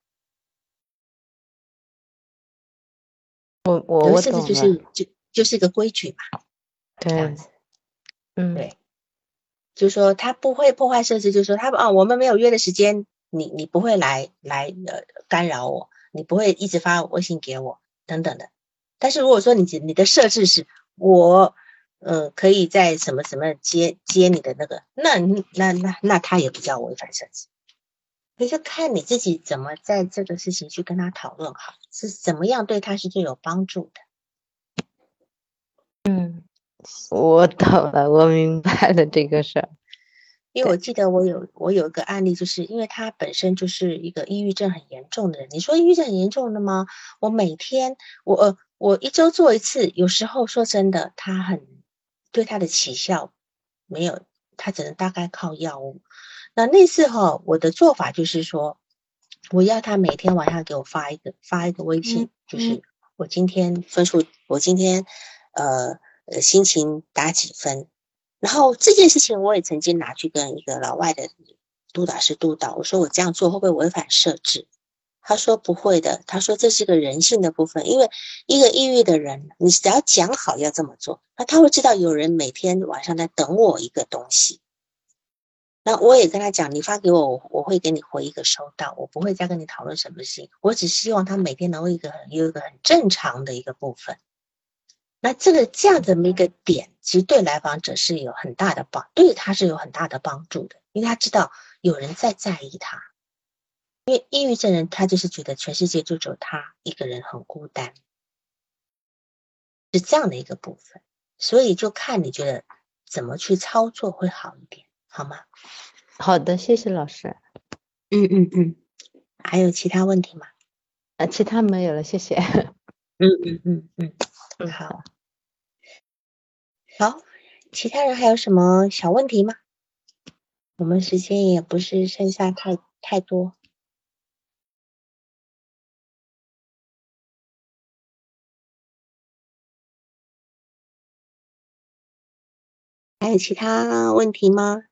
我我有我设置就是懂了。 就就是一个规矩嘛，这样对， 子。 嗯， 对，就是说他不会破坏设置，就是说他啊，我们没有约的时间，你你不会来来呃干扰我，你不会一直发微信给我等等的。但是如果说你你的设置是我呃可以在什么什么接接你的那个，那那那那他也不叫违反设置。所以就看你自己怎么在这个事情去跟他讨论好，是怎么样对他是最有帮助的。 嗯，我懂了，我明白了这个事儿。 因为我记得我有我有一个案例，就是因为他本身就是一个抑郁症很严重的人。你说抑郁症很严重的吗？我每天我呃我一周做一次，有时候说真的，他很对他的起效没有，他只能大概靠药物。那那次哈，我的做法就是说，我要他每天晚上给我发一个发一个微信，就是我今天分数，我今天呃呃心情打几分。然后这件事情我也曾经拿去跟一个老外的督导师督导，我说我这样做会不会违反设置？他说不会的，他说这是个人性的部分，因为一个抑郁的人，你只要讲好要这么做，那他会知道有人每天晚上在等我一个东西。那我也跟他讲，你发给我，我我会给你回一个收到，我不会再跟你讨论什么事情，我只希望他每天能够一个有一个很正常的一个部分。那这个这样的一个点，其实对来访者是有很大的帮，对他是有很大的帮助的，因为他知道有人在在意他。因为抑郁症人他就是觉得全世界就只有他一个人很孤单，是这样的一个部分。 所以就看你觉得怎么去操作会好一点，好吗？ 好的，谢谢老师。 嗯嗯嗯，还有其他问题吗？ 呃，其他没有了，谢谢。 嗯嗯嗯嗯， 嗯， 好，好，其他人还有什么小问题吗？我们时间也不是剩下太太多。还有其他问题吗？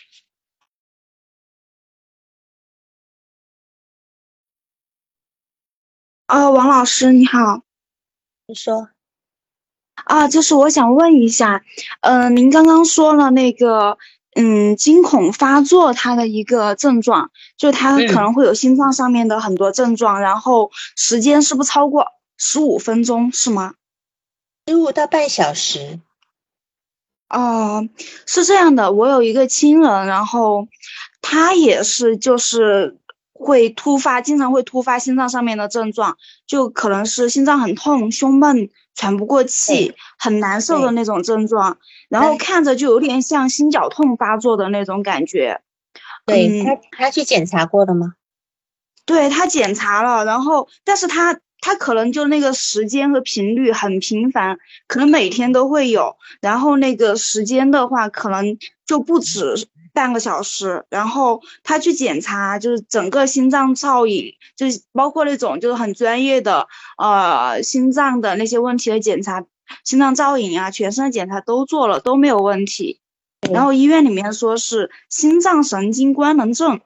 啊，王老师你好。 你说。 啊，就是我想问一下，嗯、您刚刚说了那个，嗯，惊恐发作它的一个症状，就它可嗯， 能会有心脏上面的很多症状，然后时间是不是超过十五分钟，是吗？ 十五到半小时。 哦，是这样的，我有一个亲人，然后他也是就是会突发，经常会突发心脏上面的症状，就可能是心脏很痛、胸闷、喘不过气、 对很难受的对， 那种症状，然后来， 看着就有点像心绞痛发作的那种感觉。 对他嗯， 他去检查过了吗？ 对，他检查了，然后但是他他可能就那个时间和频率很频繁，可能每天都会有，然后那个时间的话可能就不止半个小时，然后他去检查就是整个心脏造影，就是包括那种就是很专业的呃心脏的那些问题的检查，心脏造影啊，全身的检查都做了，都没有问题，然对， 后医院里面说是心脏神经官能症。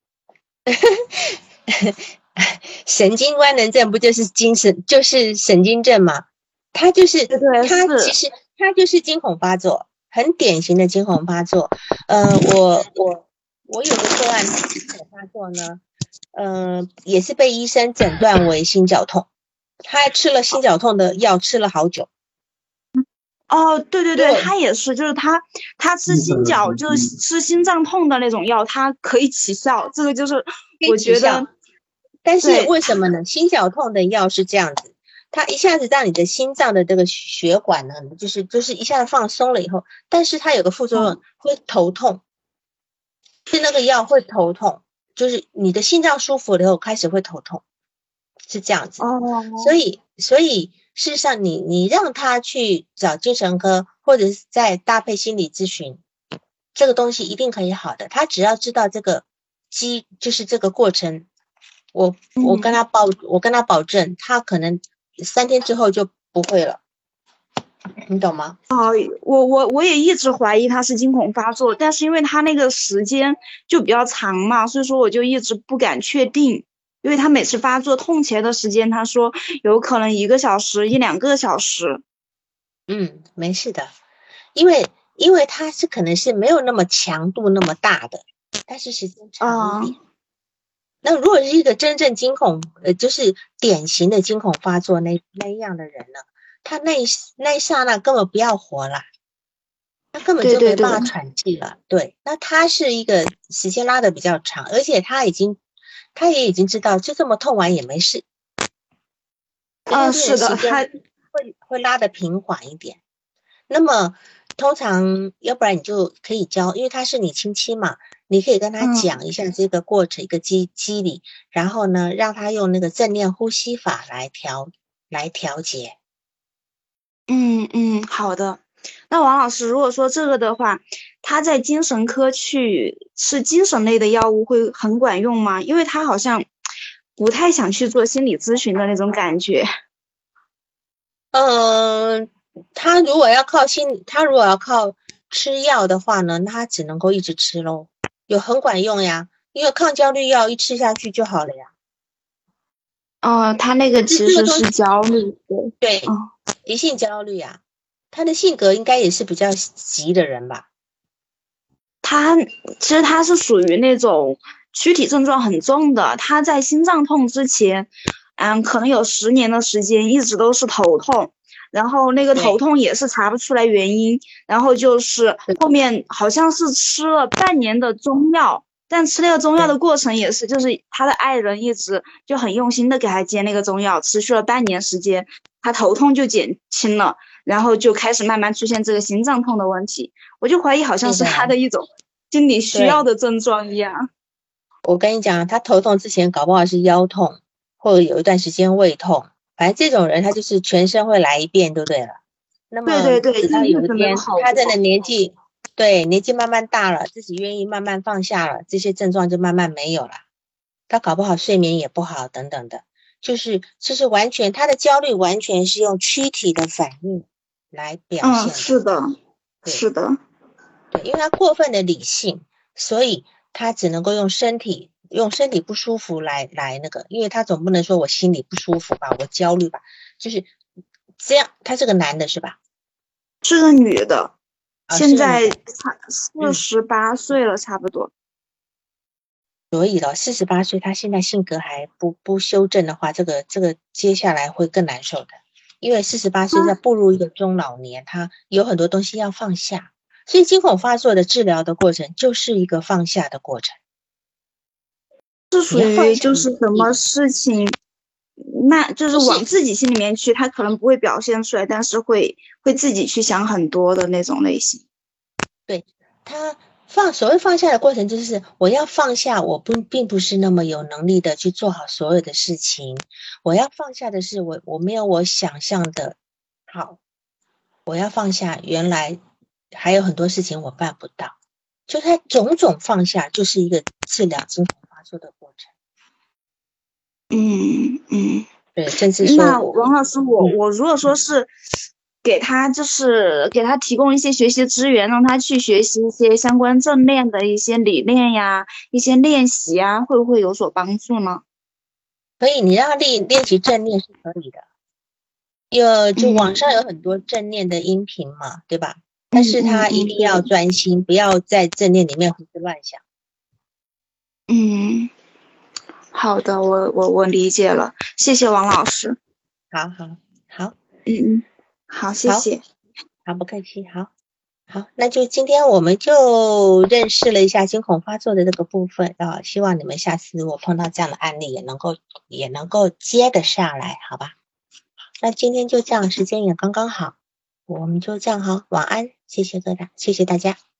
神经官能症不就是精神就是神经症吗？他就是对对是。 他其实他就是惊恐发作，很典型的惊恐发作。呃，我我我有个个案，他惊恐发作呢，呃，也是被医生诊断为心绞痛，他还吃了心绞痛的药，吃了好久。 哦，对对对， 结果他也是，就是他他吃心绞，就是吃心脏痛的那种药，它可以起效。这个就是可以我觉得， 起效，但是对， 为什么呢？心绞痛的药是这样子，它一下子让你的心脏的这个血管呢，就是就是一下子放松了以后，但是它有个副作用， 嗯会头痛，吃那个药会头痛，就是你的心脏舒服了以后开始会头痛，是这样子。所哦， 以所以事实上你你让他去找精神科，或者是再搭配心理咨询，这个东西一定可以好的。他只要知道这个机就是这个过程，我我跟嗯， 他保我跟他保证，他可能三天之后就不会了，你懂吗？ 我我我也一直怀疑他是惊恐发作，但是因为他那个时间就比较长嘛，所以说我就一直不敢确定，因为他每次发作痛起来的时间，他说有可能一个小时一两个小时。 嗯，没事的，因为因为他是可能是没有那么强度那么大的，但是时间长一啊， 点。那如果是一个真正惊恐，呃，就是典型的惊恐发作那那样的人呢，他那一那一刹那根本不要活了，他根本就对对对， 没办法喘气了。对，那他是一个时间拉的比较长，而且他已经他也已经知道，就这么痛完也没事，所以啊， 他变是的， 成时间他会会拉的平缓一点。那么通常，要不然你就可以教，因为他是你亲戚嘛，你可以跟他嗯。 讲一下这个过程，一个机机理，然后呢，让他用那个正念呼吸法来调来调节。 嗯嗯，好的。那王老师，如果说这个的话，他在精神科去吃精神类的药物会很管用吗？因为他好像不太想去做心理咨询的那种感觉。 嗯，他如果要靠心，他如果要靠吃药的话呢，那他只能够一直吃咯，有很管用呀，因为抗焦虑药一吃下去就好了呀。 哦，他那个这其实是这个东西焦虑，对， 对哦， 急性焦虑啊，他的性格应该也是比较急的人吧？ 他其实他是属于那种躯体症状很重的，他在心脏痛之前，嗯，可能有十年的时间一直都是头痛，然后那个头对， 痛也是查不出来原因，然后就是后面好像是吃了半年的中药，但吃那个中药的对， 过程也是，就是他的爱人一直就很用心的给他接那个中药，持续了半年时间，他头痛就减轻了。 然后就开始慢慢出现这个心脏痛的问题。我就怀疑好像是他的一种心理需要的症状一样。 我跟你讲，他头痛之前搞不好是腰痛，或者有一段时间胃痛，反正这种人他就是全身会来一遍就对了。那么对对对， 直到有一天他真的年纪纪对年纪慢慢大了，自己愿意慢慢放下了，这些症状就慢慢没有了。他搞不好睡眠也不好等等的，就是就是完全他的焦虑完全是用躯体的反应来表现的。 嗯，是的，是的， 对，因为他过分的理性，所以他只能够用身体用身体不舒服来来那个，因为他总不能说我心里不舒服吧，我焦虑吧，就是这样。他是个男的是吧？ 是个女的， 啊、 现在差四十八岁了，差不多。 所以了，四十八岁，他现在性格还不不修正的话，这个这个接下来会更难受的。因为四十八岁在步入一个中老年，他有很多东西要放下，所以惊恐发作的治疗的过程就是一个放下的过程。 是属于就是什么事情，那就是往自己心里面去，他可能不会表现出来，但是会会自己去想很多的那种类型。 对，他放所谓放下的过程，就是我要放下，我不并不是那么有能力的去做好所有的事情。我要放下的是我我没有我想象的好，我要放下原来还有很多事情我办不到，就他种种放下，就是一个治疗惊恐发作的过程。 嗯嗯， 对，甚至说， 那王老师，我、 嗯、 我如果说是给他就是给他提供一些学习资源，让他去学习一些相关正念的一些理念呀，一些练习呀，会不会有所帮助呢？ 可以，你让他练练习正念是可以的。有就网上有很多正念的音频嘛，嗯、对吧？但是他一定要专心，嗯嗯嗯、不要在正念里面胡思乱想。 嗯，好的，我我我理解了，谢谢王老师。 好好好， 嗯嗯，好，谢谢。 好，不客气，好。好，那就今天我们就认识了一下惊恐发作的这个部分啊，希望你们下次如果碰到这样的案例也能够也能够接得下来，好吧？那今天就这样，时间也刚刚好，我们就这样哈，晚安，谢谢各大，谢谢大家。